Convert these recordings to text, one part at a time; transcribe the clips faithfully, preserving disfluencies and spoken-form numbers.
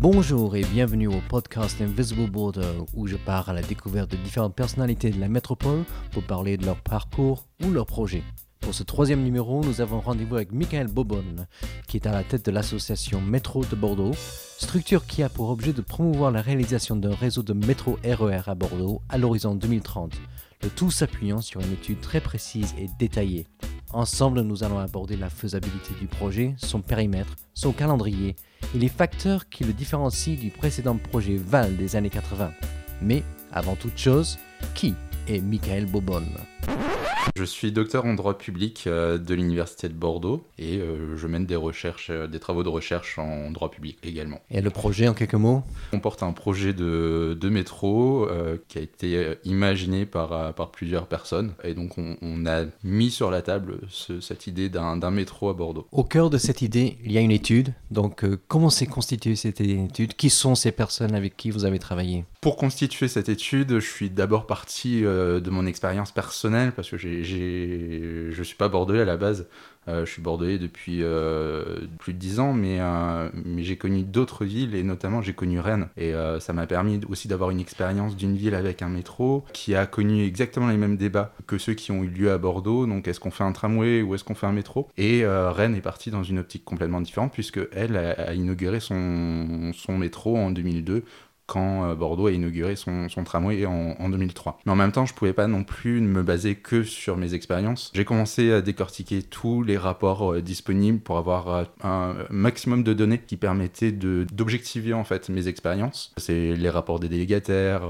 Bonjour et bienvenue au podcast Invisible Border où je pars à la découverte de différentes personnalités de la métropole pour parler de leur parcours ou leurs projets. Pour ce troisième numéro, nous avons rendez-vous avec Michael Bobonne, qui est à la tête de l'association Métro de Bordeaux, structure qui a pour objet de promouvoir la réalisation d'un réseau de métro R E R à Bordeaux à l'horizon deux mille trente, le tout s'appuyant sur une étude très précise et détaillée. Ensemble, nous allons aborder la faisabilité du projet, son périmètre, son calendrier et les facteurs qui le différencient du précédent projet V A L des années quatre-vingts. Mais, avant toute chose, qui est Michael Bobonne ? Je suis docteur en droit public euh, de l'Université de Bordeaux et euh, je mène des recherches, euh, des travaux de recherche en droit public également. Et le projet, en quelques mots ? On porte un projet de, de métro euh, qui a été imaginé par, euh, par plusieurs personnes et donc on, on a mis sur la table ce, cette idée d'un, d'un métro à Bordeaux. Au cœur de cette idée, il y a une étude. Donc, euh, comment s'est constituée cette étude ? Qui sont ces personnes avec qui vous avez travaillé ? Pour constituer cette étude, je suis d'abord parti euh, de mon expérience personnelle parce que j'ai, j'ai, je ne suis pas bordelais à la base. Euh, je suis bordelais depuis euh, plus de dix ans, mais, euh, mais j'ai connu d'autres villes et notamment j'ai connu Rennes. Et euh, ça m'a permis aussi d'avoir une expérience d'une ville avec un métro qui a connu exactement les mêmes débats que ceux qui ont eu lieu à Bordeaux. Donc est-ce qu'on fait un tramway ou est-ce qu'on fait un métro ? Et euh, Rennes est partie dans une optique complètement différente puisque elle a, a inauguré son, son métro en deux mille deux. Quand Bordeaux a inauguré son, son tramway en, en deux mille trois. Mais en même temps, je ne pouvais pas non plus me baser que sur mes expériences. J'ai commencé à décortiquer tous les rapports euh, disponibles pour avoir euh, un maximum de données qui permettaient de, d'objectiver en fait mes expériences. C'est les rapports des délégataires,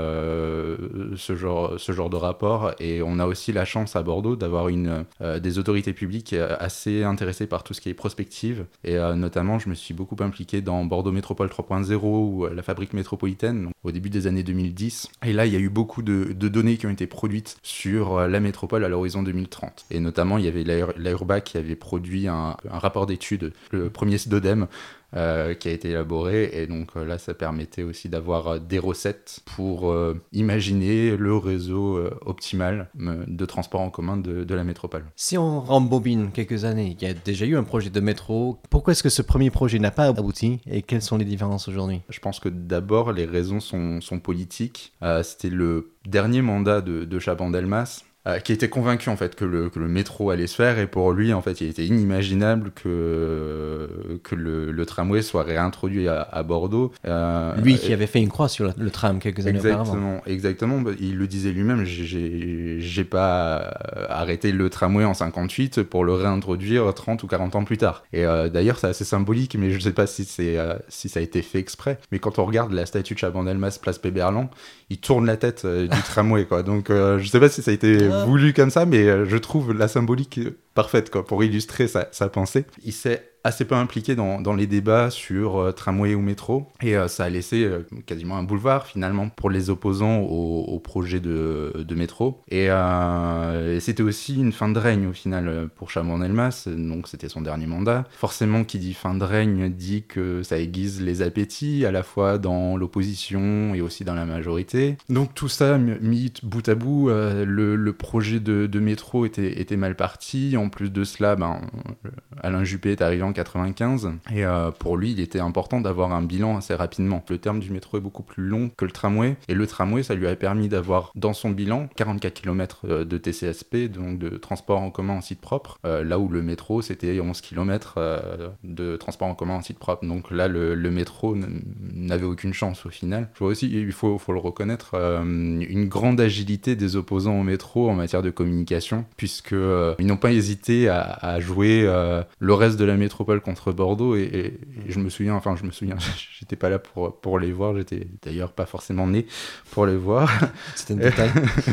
euh, ce, genre, ce genre de rapports. Et on a aussi la chance à Bordeaux d'avoir une, euh, des autorités publiques assez intéressées par tout ce qui est prospective. Et euh, notamment, je me suis beaucoup impliqué dans Bordeaux Métropole trois point zéro ou la fabrique métro métropolitaine, donc au début des années deux mille dix. Et là, il y a eu beaucoup de, de données qui ont été produites sur la métropole à l'horizon deux mille trente. Et notamment, il y avait l'Airba qui avait produit un, un rapport d'étude, le premier SDODEM, Euh, qui a été élaboré, et donc euh, là ça permettait aussi d'avoir euh, des recettes pour euh, imaginer le réseau euh, optimal euh, de transport en commun de, de la métropole. Si on rembobine quelques années, il y a déjà eu un projet de métro. Pourquoi est-ce que ce premier projet n'a pas abouti et quelles sont les différences aujourd'hui ? Je pense que d'abord les raisons sont, sont politiques. Euh, c'était le dernier mandat de, de Chaban-Delmas Euh, qui était convaincu en fait que le, que le métro allait se faire, et pour lui en fait il était inimaginable que, que le, le tramway soit réintroduit à, à Bordeaux. Euh, lui qui et... avait fait une croix sur le, le tram quelques années exactement, auparavant. Exactement, il le disait lui-même, j'ai, j'ai, j'ai pas arrêté le tramway en cinquante-huit pour le réintroduire trente ou quarante ans plus tard. Et euh, d'ailleurs c'est assez symbolique, mais je sais pas si, c'est, euh, si ça a été fait exprès, mais quand on regarde la statue de Chaban-Delmas place Péberlan, il tourne la tête euh, du tramway quoi, donc euh, je sais pas si ça a été voulu comme ça, mais euh, je trouve la symbolique parfaite quoi, pour illustrer sa, sa pensée. Il s'est assez peu impliqué dans, dans les débats sur euh, tramway ou métro, et euh, ça a laissé euh, quasiment un boulevard finalement pour les opposants au, au projet de, de métro, et, euh, et c'était aussi une fin de règne au final pour Chaban-Delmas, donc c'était son dernier mandat. Forcément, qui dit fin de règne dit que ça aiguise les appétits, à la fois dans l'opposition et aussi dans la majorité. Donc tout ça mis bout à bout, euh, le, le projet de, de métro était, était mal parti. En plus de cela, ben, Alain Juppé est arrivé en quatre-vingt-quinze, et euh, pour lui il était important d'avoir un bilan assez rapidement. Le terme du métro est beaucoup plus long que le tramway, et le tramway ça lui a permis d'avoir dans son bilan quarante-quatre kilomètres de T C S P, donc de transport en commun en site propre, euh, là où le métro c'était onze kilomètres euh, de transport en commun en site propre. Donc là le, le métro n- n'avait aucune chance au final. Je vois aussi, il faut, faut le reconnaître, euh, une grande agilité des opposants au métro en matière de communication, puisque euh, ils n'ont pas hésité à, à jouer euh, le reste de la métropole contre Bordeaux, et, et, et je me souviens, enfin je me souviens, j'étais pas là pour, pour les voir, j'étais d'ailleurs pas forcément né pour les voir. C'était un détail.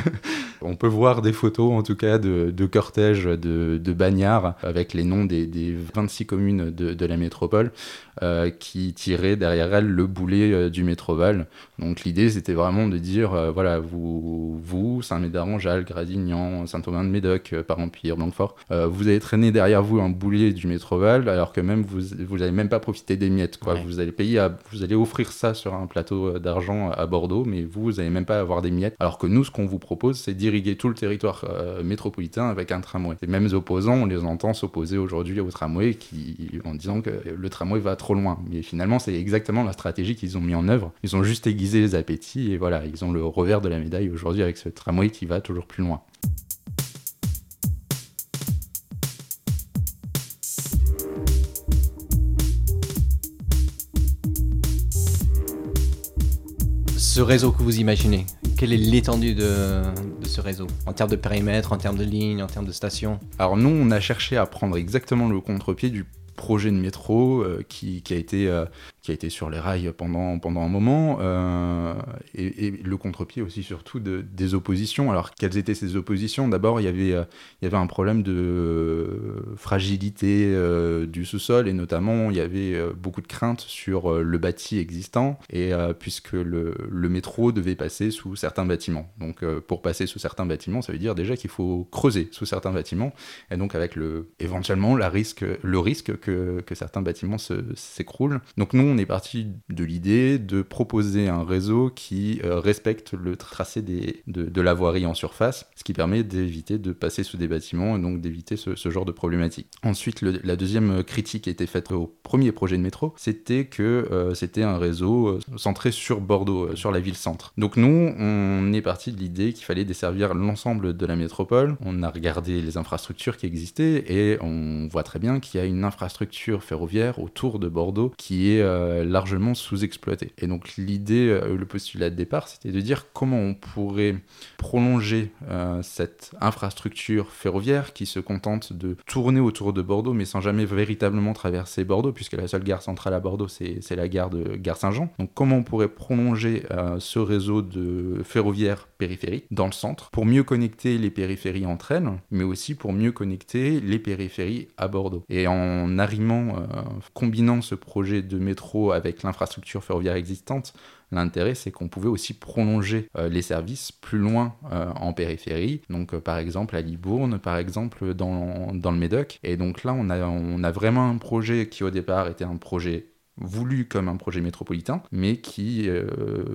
On peut voir des photos en tout cas de, de cortèges de, de bagnards avec les noms des, des vingt-six communes de, de la métropole euh, qui tiraient derrière elles le boulet euh, du Métroval. Donc l'idée c'était vraiment de dire euh, voilà, vous, vous Saint-Médard, Jalles, Gradignan, Saint-Aubin-de-Médoc, euh, Parempire, Blanquefort, euh, vous avez traîné derrière vous un boulet du Métroval. Alors alors que même vous vous n'allez même pas profiter des miettes, quoi. Ouais. Vous allez payer, à, vous allez offrir ça sur un plateau d'argent à Bordeaux, mais vous, vous n'allez même pas avoir des miettes. Alors que nous, ce qu'on vous propose, c'est d'irriguer tout le territoire euh, métropolitain avec un tramway. Les mêmes opposants, on les entend s'opposer aujourd'hui au tramway qui, en disant que le tramway va trop loin. Mais finalement, c'est exactement la stratégie qu'ils ont mis en œuvre. Ils ont juste aiguisé les appétits et voilà, ils ont le revers de la médaille aujourd'hui avec ce tramway qui va toujours plus loin. Ce réseau que vous imaginez, quelle est l'étendue de, de ce réseau en termes de périmètre, en termes de lignes, en termes de stations? Alors nous, on a cherché à prendre exactement le contre-pied du projet de métro euh, qui, qui, a été, euh, qui a été sur les rails pendant, pendant un moment, euh, et, et le contre-pied aussi surtout de, des oppositions. Alors quelles étaient ces oppositions? D'abord, il y avait, euh, il y avait un problème de euh, fragilité euh, du sous-sol, et notamment il y avait euh, beaucoup de craintes sur euh, le bâti existant, et euh, puisque le, le métro devait passer sous certains bâtiments. Donc euh, pour passer sous certains bâtiments, ça veut dire déjà qu'il faut creuser sous certains bâtiments, et donc avec le, éventuellement la risque, le risque que, que certains bâtiments se, s'écroulent. Donc nous, on est parti de l'idée de proposer un réseau qui euh, respecte le tracé des, de, de la voirie en surface, ce qui permet d'éviter de passer sous des bâtiments et donc d'éviter ce, ce genre de problématique. Ensuite, le, la deuxième critique qui a été faite au premier projet de métro, c'était que euh, c'était un réseau euh, centré sur Bordeaux, euh, sur la ville-centre. Donc nous, on est parti de l'idée qu'il fallait desservir l'ensemble de la métropole. On a regardé les infrastructures qui existaient et on voit très bien qu'il y a une infrastructure ferroviaire autour de Bordeaux qui est euh, largement sous-exploitée. Et donc l'idée, euh, le postulat de départ, c'était de dire comment on pourrait prolonger euh, cette infrastructure ferroviaire qui se contente de tourner autour de Bordeaux, mais sans jamais véritablement traverser Bordeaux, puisque la seule gare centrale à Bordeaux, c'est, c'est la gare de Gare Saint-Jean. Donc comment on pourrait prolonger euh, ce réseau de ferroviaire périphérique dans le centre pour mieux connecter les périphéries entre elles, mais aussi pour mieux connecter les périphéries à Bordeaux. Et en arrimant, euh, combinant ce projet de métro avec l'infrastructure ferroviaire existante, l'intérêt, c'est qu'on pouvait aussi prolonger euh, les services plus loin euh, en périphérie, donc euh, par exemple à Libourne, par exemple dans, dans le Médoc. Et donc là, on a, on a vraiment un projet qui au départ était un projet voulu comme un projet métropolitain, mais qui euh,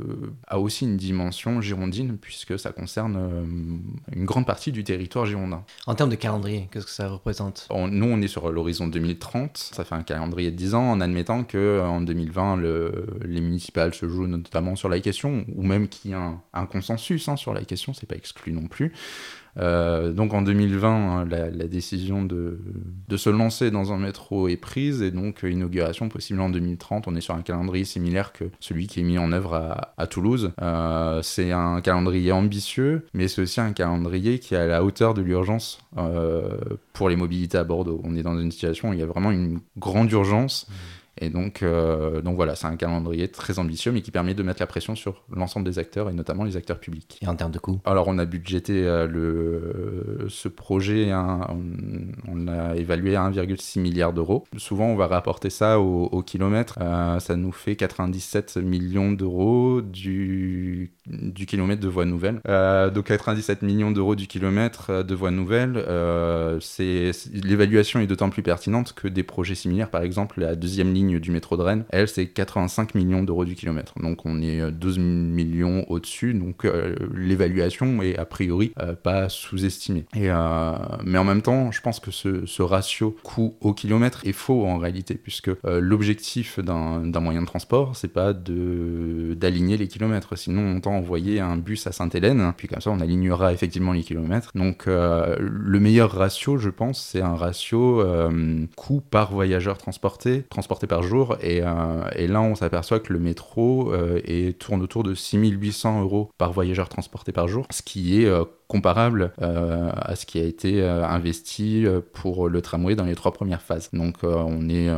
a aussi une dimension girondine, puisque ça concerne euh, une grande partie du territoire girondin. En termes de calendrier, qu'est-ce que ça représente? On, nous, on est sur l'horizon deux mille trente, ça fait un calendrier de dix ans, en admettant qu'en deux mille vingt, le, les municipales se jouent notamment sur la question, ou même qu'il y a un, un consensus hein, sur la question, c'est pas exclu non plus. Euh, donc en deux mille vingt, la, la décision de, de se lancer dans un métro est prise, et donc inauguration possible en deux mille trente. On est sur un calendrier similaire que celui qui est mis en œuvre à, à Toulouse. Euh, c'est un calendrier ambitieux, mais c'est aussi un calendrier qui est à la hauteur de l'urgence euh, pour les mobilités à Bordeaux. On est dans une situation où il y a vraiment une grande urgence. Mmh. Et donc, euh, donc voilà, c'est un calendrier très ambitieux, mais qui permet de mettre la pression sur l'ensemble des acteurs, et notamment les acteurs publics. Et en termes de coûts? Alors, on a budgété euh, le, ce projet, hein, on, on a évalué à un virgule six milliard d'euros. Souvent, on va rapporter ça au, au kilomètre. Euh, ça nous fait quatre-vingt-dix-sept millions d'euros du, du kilomètre de voie nouvelle. Euh, donc, quatre-vingt-dix-sept millions d'euros du kilomètre de voie nouvelle. Euh, c'est, c'est, l'évaluation est d'autant plus pertinente que des projets similaires, par exemple, la deuxième ligne du métro de Rennes, elle, c'est quatre-vingt-cinq millions d'euros du kilomètre. Donc, on est douze millions au-dessus. Donc, euh, l'évaluation est a priori euh, pas sous-estimée. Et, euh, mais en même temps, je pense que ce, ce ratio coût au kilomètre est faux en réalité, puisque euh, l'objectif d'un, d'un moyen de transport, c'est pas de, d'aligner les kilomètres. Sinon, on tend à envoyer un bus à Sainte-Hélène, puis comme ça, on alignera effectivement les kilomètres. Donc, euh, le meilleur ratio, je pense, c'est un ratio euh, coût par voyageur transporté, transporté par jour, et, euh, et là on s'aperçoit que le métro euh, est, tourne autour de six mille huit cents euros par voyageur transporté par jour, ce qui est euh, comparable euh, à ce qui a été euh, investi pour le tramway dans les trois premières phases. Donc euh, on est, on,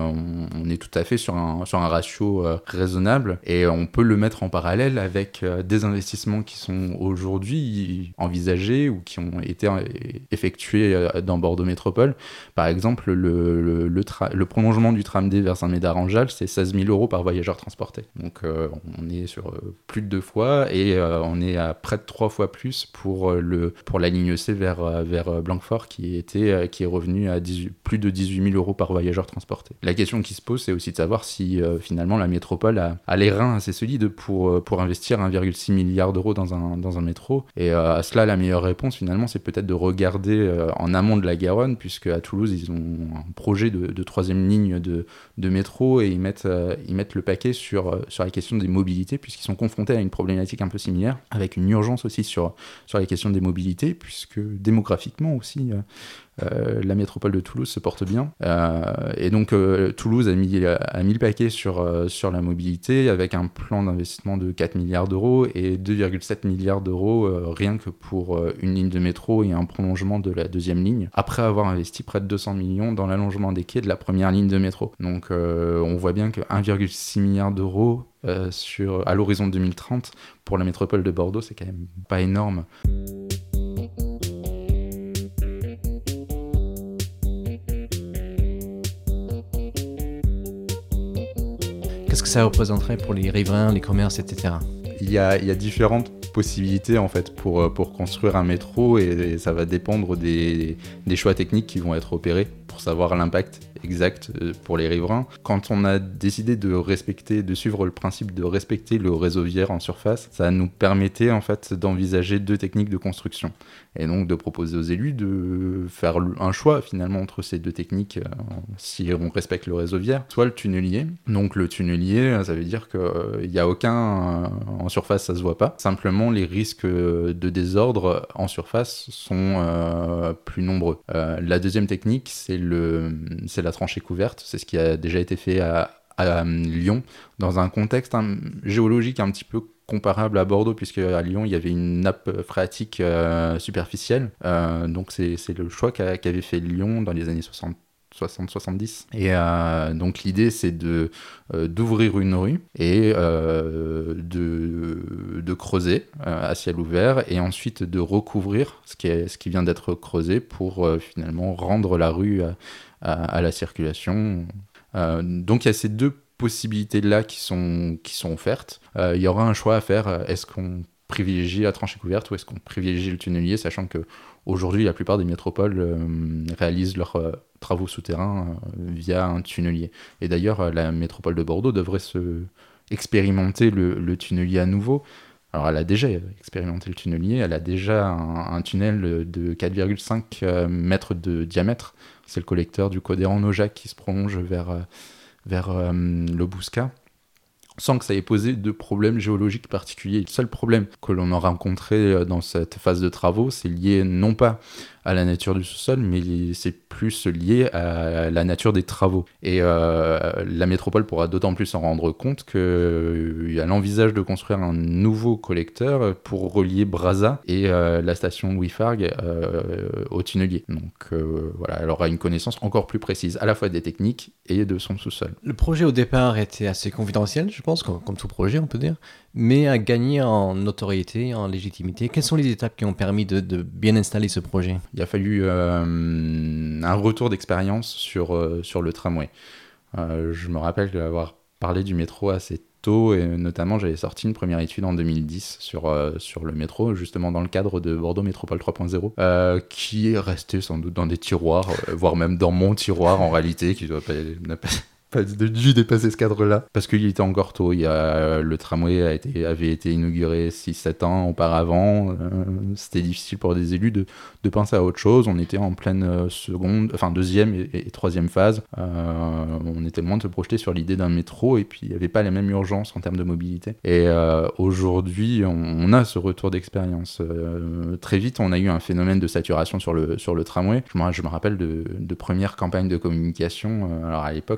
on est tout à fait sur un, sur un ratio euh, raisonnable et on peut le mettre en parallèle avec euh, des investissements qui sont aujourd'hui envisagés ou qui ont été euh, effectués euh, dans Bordeaux Métropole. Par exemple, le, le, le, tra- le prolongement du tram D vers Saint-Médard-en-Jalles, c'est seize mille euros par voyageur transporté. Donc euh, on est sur euh, plus de deux fois et euh, on est à près de trois fois plus pour, euh, le, pour la ligne C vers, euh, vers Blanquefort qui, était, euh, qui est revenu à dix-huit, plus de dix-huit mille euros par voyageur transporté. La question qui se pose, c'est aussi de savoir si euh, finalement la métropole a, a les reins assez solides pour, pour investir un virgule six milliard d'euros dans un, dans un métro. Et euh, à cela, la meilleure réponse finalement, c'est peut-être de regarder euh, en amont de la Garonne, puisque à Toulouse, ils ont un projet de, de troisième ligne de, de métro et ils mettent, euh, ils mettent le paquet sur, sur la question des mobilités, puisqu'ils sont confrontés à une problématique un peu similaire, avec une urgence aussi sur, sur la question des mobilités, puisque démographiquement aussi, euh, Euh, la métropole de Toulouse se porte bien. Euh, et donc, euh, Toulouse a mis, a mis le paquet sur, euh, sur la mobilité avec un plan d'investissement de quatre milliards d'euros et deux virgule sept milliards d'euros euh, rien que pour euh, une ligne de métro et un prolongement de la deuxième ligne, après avoir investi près de deux cents millions dans l'allongement des quais de la première ligne de métro. Donc, euh, on voit bien que un virgule six milliard d'euros euh, sur, à l'horizon deux mille trente pour la métropole de Bordeaux, c'est quand même pas énorme. Qu'est-ce que ça représenterait pour les riverains, les commerces, et cetera? Il y a, il y a différentes possibilités en fait pour, pour construire un métro et, et ça va dépendre des, des choix techniques qui vont être opérés pour savoir l'impact exact pour les riverains. Quand on a décidé de respecter, de suivre le principe de respecter le réseau viaire en surface, ça nous permettait en fait d'envisager deux techniques de construction et donc de proposer aux élus de faire un choix finalement entre ces deux techniques euh, si on respecte le réseau viaire, soit le tunnelier. Donc le tunnelier, ça veut dire qu'il n'y euh, a aucun euh, en surface, ça se voit pas. Simplement les risques de désordre en surface sont euh, plus nombreux. Euh, la deuxième technique, c'est le, c'est la tranchée couverte, c'est ce qui a déjà été fait à, à Lyon, dans un contexte un, géologique un petit peu comparable à Bordeaux, puisque à Lyon, il y avait une nappe phréatique euh, superficielle. Euh, donc c'est, c'est le choix qu'a, qu'avait fait Lyon dans les années soixante soixante-dix. Et euh, donc l'idée, c'est de, euh, d'ouvrir une rue et euh, de, de creuser euh, à ciel ouvert et ensuite de recouvrir ce qui, est, ce qui vient d'être creusé pour euh, finalement rendre la rue à, à, à la circulation. Euh, donc il y a ces deux possibilités-là qui sont, qui sont offertes. Euh, il y aura un choix à faire. Est-ce qu'on privilégie la tranchée couverte ou est-ce qu'on privilégie le tunnelier, sachant que aujourd'hui la plupart des métropoles euh, réalisent leurs euh, travaux souterrains euh, via un tunnelier. Et d'ailleurs, euh, la métropole de Bordeaux devrait se expérimenter le, le tunnelier à nouveau. Alors elle a déjà expérimenté le tunnelier, elle a déjà un, un tunnel de quatre virgule cinq euh, mètres de diamètre. C'est le collecteur du Codéran-Naujac qui se prolonge vers, euh, vers euh, le Bouscat, sans que ça ait posé de problème géologique particulier. Le seul problème que l'on a rencontré dans cette phase de travaux, c'est lié non pas à la nature du sous-sol, mais c'est plus lié à la nature des travaux. Et euh, la métropole pourra d'autant plus s'en rendre compte qu'elle envisage de construire un nouveau collecteur pour relier Brazza et euh, la station Louis Fargue euh, au tunnelier. Donc euh, voilà, elle aura une connaissance encore plus précise à la fois des techniques et de son sous-sol. Le projet au départ était assez confidentiel, je pense, comme, comme tout projet on peut dire, mais a gagné en notoriété, en légitimité. Quelles sont les étapes qui ont permis de, de bien installer ce projet ? Il a fallu euh, un retour d'expérience sur, euh, sur le tramway. Euh, je me rappelle d'avoir parlé du métro assez tôt, et notamment j'avais sorti une première étude en deux mille dix sur, euh, sur le métro, justement dans le cadre de Bordeaux Métropole trois point zéro, euh, qui est resté sans doute dans des tiroirs, euh, voire même dans mon tiroir en réalité, qui doit pas, n'a pas pas dû dépasser ce cadre-là, parce qu'il était encore tôt. Il y a, le tramway a été, avait été inauguré six sept ans auparavant. Euh, c'était difficile pour des élus de, de penser à autre chose. On était en pleine seconde, enfin deuxième et, et troisième phase. Euh, on était loin de se projeter sur l'idée d'un métro, et puis il n'y avait pas la même urgence en termes de mobilité. Et euh, aujourd'hui, on, on a ce retour d'expérience. Euh, très vite, on a eu un phénomène de saturation sur le, sur le tramway. Je me, je me rappelle de, de premières campagnes de communication. Alors à l'époque, c'était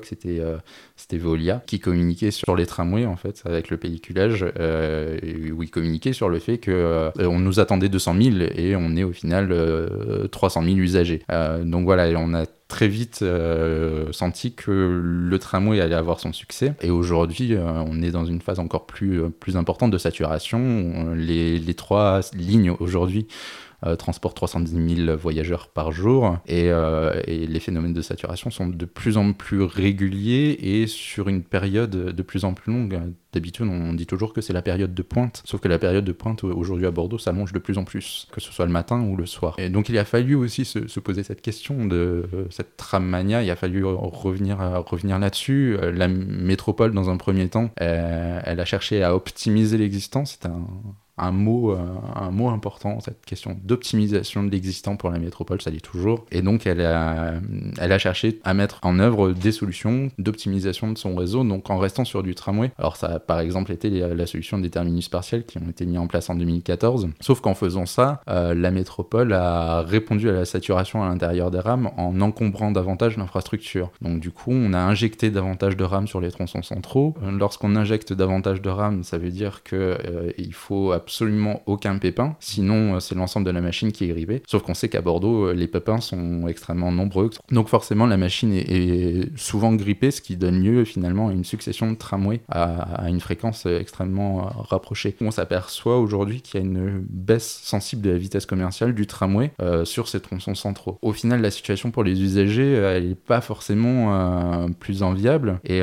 euh, c'était Veolia, qui communiquait sur les tramways, en fait, avec le pelliculage, euh, où ils communiquaient sur le fait qu'on euh, nous attendait deux cent mille et on est au final euh, trois cent mille usagers. Euh, donc voilà, on a très vite euh, senti que le tramway allait avoir son succès. Et aujourd'hui, euh, on est dans une phase encore plus, euh, plus importante de saturation. Les, les trois lignes aujourd'hui Euh, transporte trois cent dix mille voyageurs par jour et, euh, et les phénomènes de saturation sont de plus en plus réguliers et sur une période de plus en plus longue. D'habitude, on dit toujours que c'est la période de pointe, sauf que la période de pointe aujourd'hui à Bordeaux s'allonge de plus en plus, que ce soit le matin ou le soir. Et donc il a fallu aussi se, se poser cette question de euh, cette trammania, il a fallu revenir, à, revenir là-dessus. Euh, la métropole, dans un premier temps, euh, elle a cherché à optimiser l'existant, c'est un... Un mot, euh, un mot important, cette question d'optimisation de l'existant pour la métropole, ça dit toujours. Et donc, elle a, elle a cherché à mettre en œuvre des solutions d'optimisation de son réseau, donc en restant sur du tramway. Alors, ça a par exemple été la, la solution des terminus partiels qui ont été mis en place en deux mille quatorze. Sauf qu'en faisant ça, euh, la métropole a répondu à la saturation à l'intérieur des rames en encombrant davantage l'infrastructure. Donc, du coup, on a injecté davantage de rames sur les tronçons centraux. Lorsqu'on injecte davantage de rames, ça veut dire qu'il euh, faut absolument aucun pépin, sinon c'est l'ensemble de la machine qui est grippée. Sauf qu'on sait qu'à Bordeaux, les pépins sont extrêmement nombreux, donc forcément la machine est, est souvent grippée, ce qui donne lieu finalement à une succession de tramways à, à une fréquence extrêmement rapprochée. On s'aperçoit aujourd'hui qu'il y a une baisse sensible de la vitesse commerciale du tramway euh, sur ces tronçons centraux. Au final, la situation pour les usagers, elle n'est pas forcément euh, plus enviable, et,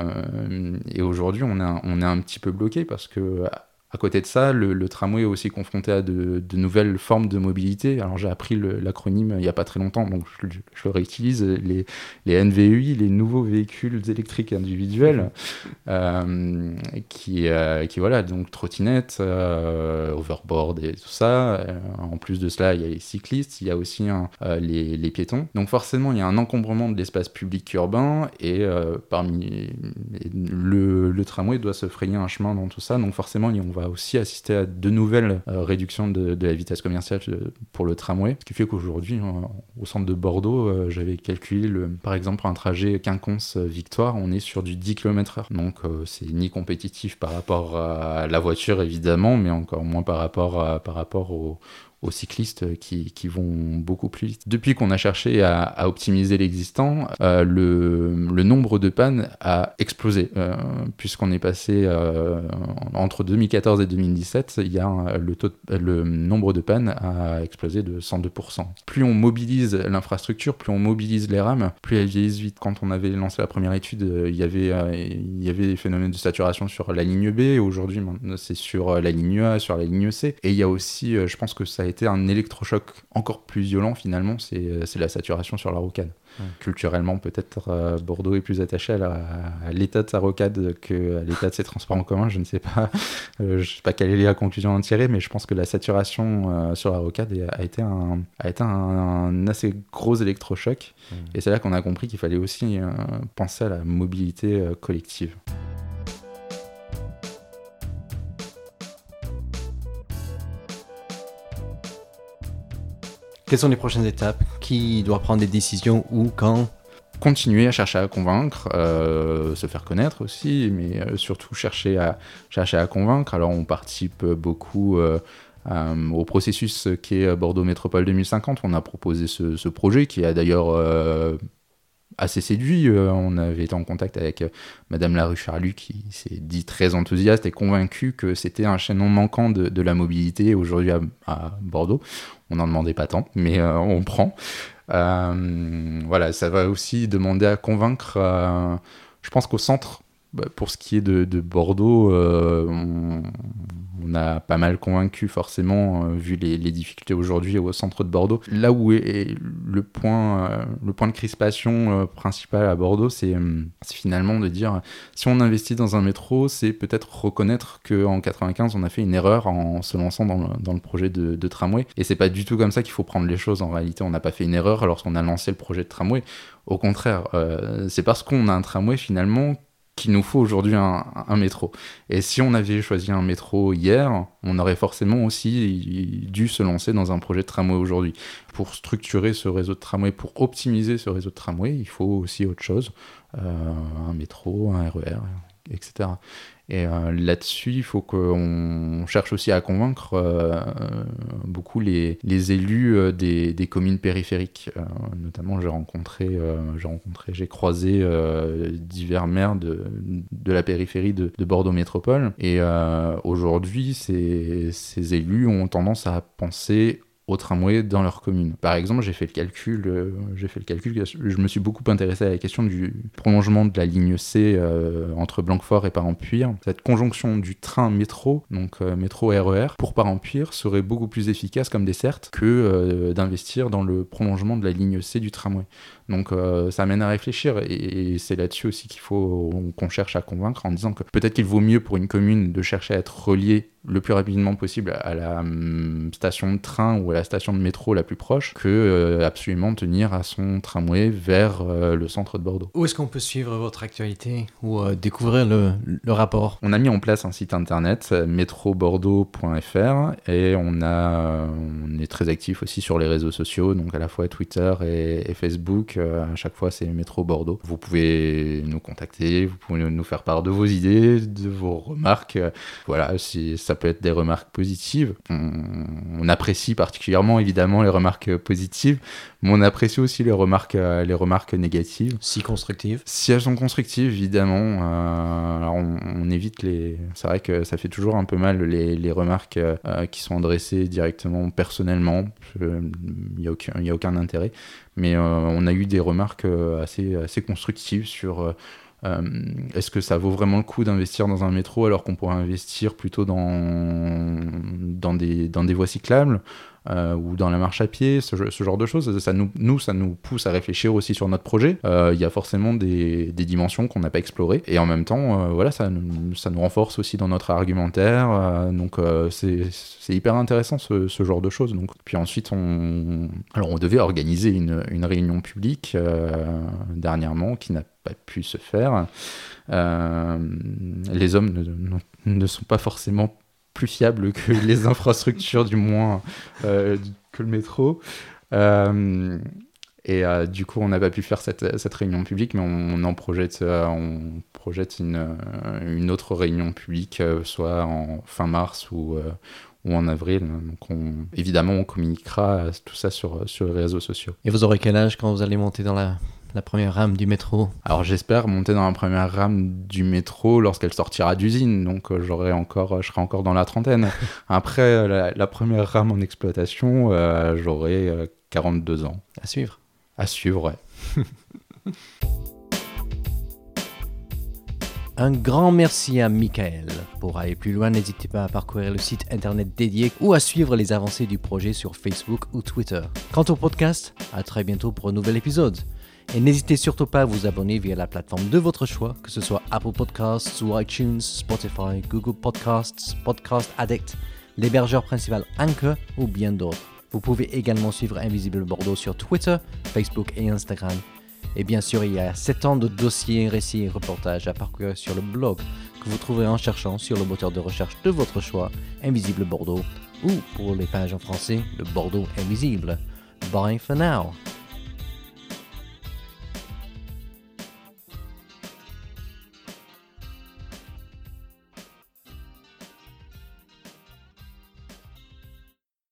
euh, et aujourd'hui on est, on est un petit peu bloqué parce que à côté de ça, le, le tramway est aussi confronté à de, de nouvelles formes de mobilité. Alors j'ai appris le, l'acronyme il n'y a pas très longtemps, donc je, je le réutilise, les, les N V E I, les nouveaux véhicules électriques individuels, euh, qui, euh, qui voilà, donc trottinettes, euh, overboard et tout ça. Euh, en plus de cela, il y a les cyclistes, il y a aussi hein, euh, les, les piétons. Donc forcément, il y a un encombrement de l'espace public urbain et euh, parmi le, le tramway doit se frayer un chemin dans tout ça. Donc forcément, on va va aussi assister à de nouvelles euh, réductions de, de la vitesse commerciale pour le tramway, ce qui fait qu'aujourd'hui, euh, au centre de Bordeaux, euh, j'avais calculé, le, par exemple, un trajet Quinconce-Victoire, on est sur du dix kilomètres heure. Donc, euh, c'est ni compétitif par rapport à la voiture, évidemment, mais encore moins par rapport, à, par rapport au aux cyclistes qui, qui vont beaucoup plus vite. Depuis qu'on a cherché à, à optimiser l'existant, euh, le, le nombre de pannes a explosé, euh, puisqu'on est passé euh, entre deux mille quatorze et deux mille dix-sept, il y a le, taux de, le nombre de pannes a explosé de cent deux pour cent. Plus on mobilise l'infrastructure, plus on mobilise les rames, plus elles vieillissent vite. Quand on avait lancé la première étude, il y avait, il y avait des phénomènes de saturation sur la ligne B, aujourd'hui c'est sur la ligne A, sur la ligne C, et il y a aussi, je pense que ça a été un électrochoc encore plus violent finalement, c'est, c'est la saturation sur la rocade. Ouais. Culturellement, peut-être euh, Bordeaux est plus attaché à, la, à l'état de sa rocade qu'à l'état de ses transports en commun, je ne sais pas, euh, je sais pas quelle est la conclusion à en tirer, mais je pense que la saturation euh, sur la rocade a été un, a été un, un assez gros électrochoc, mmh. Et c'est là qu'on a compris qu'il fallait aussi euh, penser à la mobilité euh, collective. Quelles sont les prochaines étapes? Qui doit prendre des décisions? Où? Quand? Continuer à chercher à convaincre, euh, se faire connaître aussi, mais euh, surtout chercher à, chercher à convaincre. Alors on participe beaucoup euh, euh, au processus qui est Bordeaux Métropole deux mille cinquante. On a proposé ce, ce projet qui a d'ailleurs euh, assez séduit. Euh, on avait été en contact avec euh, Madame Laruche-Charlu qui s'est dit très enthousiaste et convaincue que c'était un chaînon manquant de, de la mobilité aujourd'hui à, à Bordeaux. On n'en demandait pas tant, mais euh, on prend. Euh, voilà, ça va aussi demander à convaincre. Euh, je pense qu'au centre, bah, pour ce qui est de, de Bordeaux, euh, on, on a pas mal convaincu forcément, euh, vu les, les difficultés aujourd'hui au centre de Bordeaux. Là où est, est le, point, euh, le point de crispation euh, principal à Bordeaux, c'est, euh, c'est finalement de dire, si on investit dans un métro, c'est peut-être reconnaître qu'en quatre-vingt-quinze, on a fait une erreur en se lançant dans le, dans le projet de, de tramway. Et c'est pas du tout comme ça qu'il faut prendre les choses. En réalité, on n'a pas fait une erreur lorsqu'on a lancé le projet de tramway. Au contraire, euh, c'est parce qu'on a un tramway finalement qu'il nous faut aujourd'hui un, un métro. Et si on avait choisi un métro hier, on aurait forcément aussi dû se lancer dans un projet de tramway aujourd'hui. Pour structurer ce réseau de tramway, pour optimiser ce réseau de tramway, il faut aussi autre chose, euh, un métro, un R E R, et cetera. Et euh, là-dessus, il faut qu'on cherche aussi à convaincre euh, beaucoup les, les élus euh, des, des communes périphériques. Euh, notamment, j'ai rencontré, euh, j'ai rencontré, j'ai croisé euh, divers maires de, de la périphérie de, de Bordeaux Métropole. Et euh, aujourd'hui, ces, ces élus ont tendance à penser au tramway dans leur commune. Par exemple, j'ai fait le calcul, euh, j'ai fait le calcul, je me suis beaucoup intéressé à la question du prolongement de la ligne C euh, entre Blanquefort et Parampuire. Cette conjonction du train métro, donc euh, métro R E R, pour Parampuire serait beaucoup plus efficace comme desserte que euh, d'investir dans le prolongement de la ligne C du tramway. Donc euh, ça amène à réfléchir et, et c'est là-dessus aussi qu'il faut qu'on cherche à convaincre en disant que peut-être qu'il vaut mieux pour une commune de chercher à être reliée le plus rapidement possible à la hum, station de train ou à la station de métro la plus proche que euh, absolument tenir à son tramway vers euh, le centre de Bordeaux. Où est-ce qu'on peut suivre votre actualité ou euh, découvrir le, le rapport ? On a mis en place un site internet métro bordeaux point f r et on, a, on est très actif aussi sur les réseaux sociaux, donc à la fois Twitter et, et Facebook. À chaque fois, c'est Métro Bordeaux. Vous pouvez nous contacter, vous pouvez nous faire part de vos idées, de vos remarques. Voilà, si ça peut être des remarques positives. On, on apprécie particulièrement, évidemment, les remarques positives, mais on apprécie aussi les remarques, les remarques négatives. Si constructives. Si elles sont constructives, évidemment. Euh, alors on, on évite les... C'est vrai que ça fait toujours un peu mal les, les remarques euh, qui sont adressées directement, personnellement. Il n'y a aucun, il y a aucun intérêt. Mais euh, on a eu des remarques euh, assez, assez constructives sur euh, euh, est-ce que ça vaut vraiment le coup d'investir dans un métro alors qu'on pourrait investir plutôt dans, dans, des, dans des voies cyclables euh, ou dans la marche à pied, ce, ce genre de choses. Ça nous, nous, ça nous pousse à réfléchir aussi sur notre projet. Il euh, y a forcément des, des dimensions qu'on n'a pas explorées. Et en même temps, euh, voilà, ça, ça nous renforce aussi dans notre argumentaire. Euh, donc euh, c'est, c'est hyper intéressant ce, ce genre de choses. Donc, puis ensuite, on, alors, on devait organiser une, une réunion publique euh, dernièrement qui n'a pas pu se faire. Euh, les hommes ne, ne sont pas forcément plus fiables que les infrastructures, du moins euh, que le métro. Euh, et euh, du coup, on n'a pas pu faire cette, cette réunion publique, mais on, on en projette, euh, on projette une, une autre réunion publique, euh, soit en fin mars ou, euh, ou en avril. Donc, on, évidemment, on communiquera tout ça sur, sur les réseaux sociaux. Et vous aurez quel âge quand vous allez monter dans la... la première rame du métro? Alors j'espère monter dans la première rame du métro lorsqu'elle sortira d'usine, donc euh, j'aurai encore, je serai encore dans la trentaine. Après la, la première rame en exploitation, euh, j'aurai euh, quarante-deux ans. À suivre. À suivre, ouais. Un grand merci à Michael. Pour aller plus loin, n'hésitez pas à parcourir le site internet dédié ou à suivre les avancées du projet sur Facebook ou Twitter. Quant au podcast, à très bientôt pour un nouvel épisode. Et n'hésitez surtout pas à vous abonner via la plateforme de votre choix, que ce soit Apple Podcasts ou iTunes, Spotify, Google Podcasts, Podcast Addict, l'hébergeur principal Anchor ou bien d'autres. Vous pouvez également suivre Invisible Bordeaux sur Twitter, Facebook et Instagram. Et bien sûr, il y a sept ans de dossiers, récits et reportages à parcourir sur le blog que vous trouverez en cherchant sur le moteur de recherche de votre choix, Invisible Bordeaux, ou pour les pages en français, le Bordeaux Invisible. Bye for now!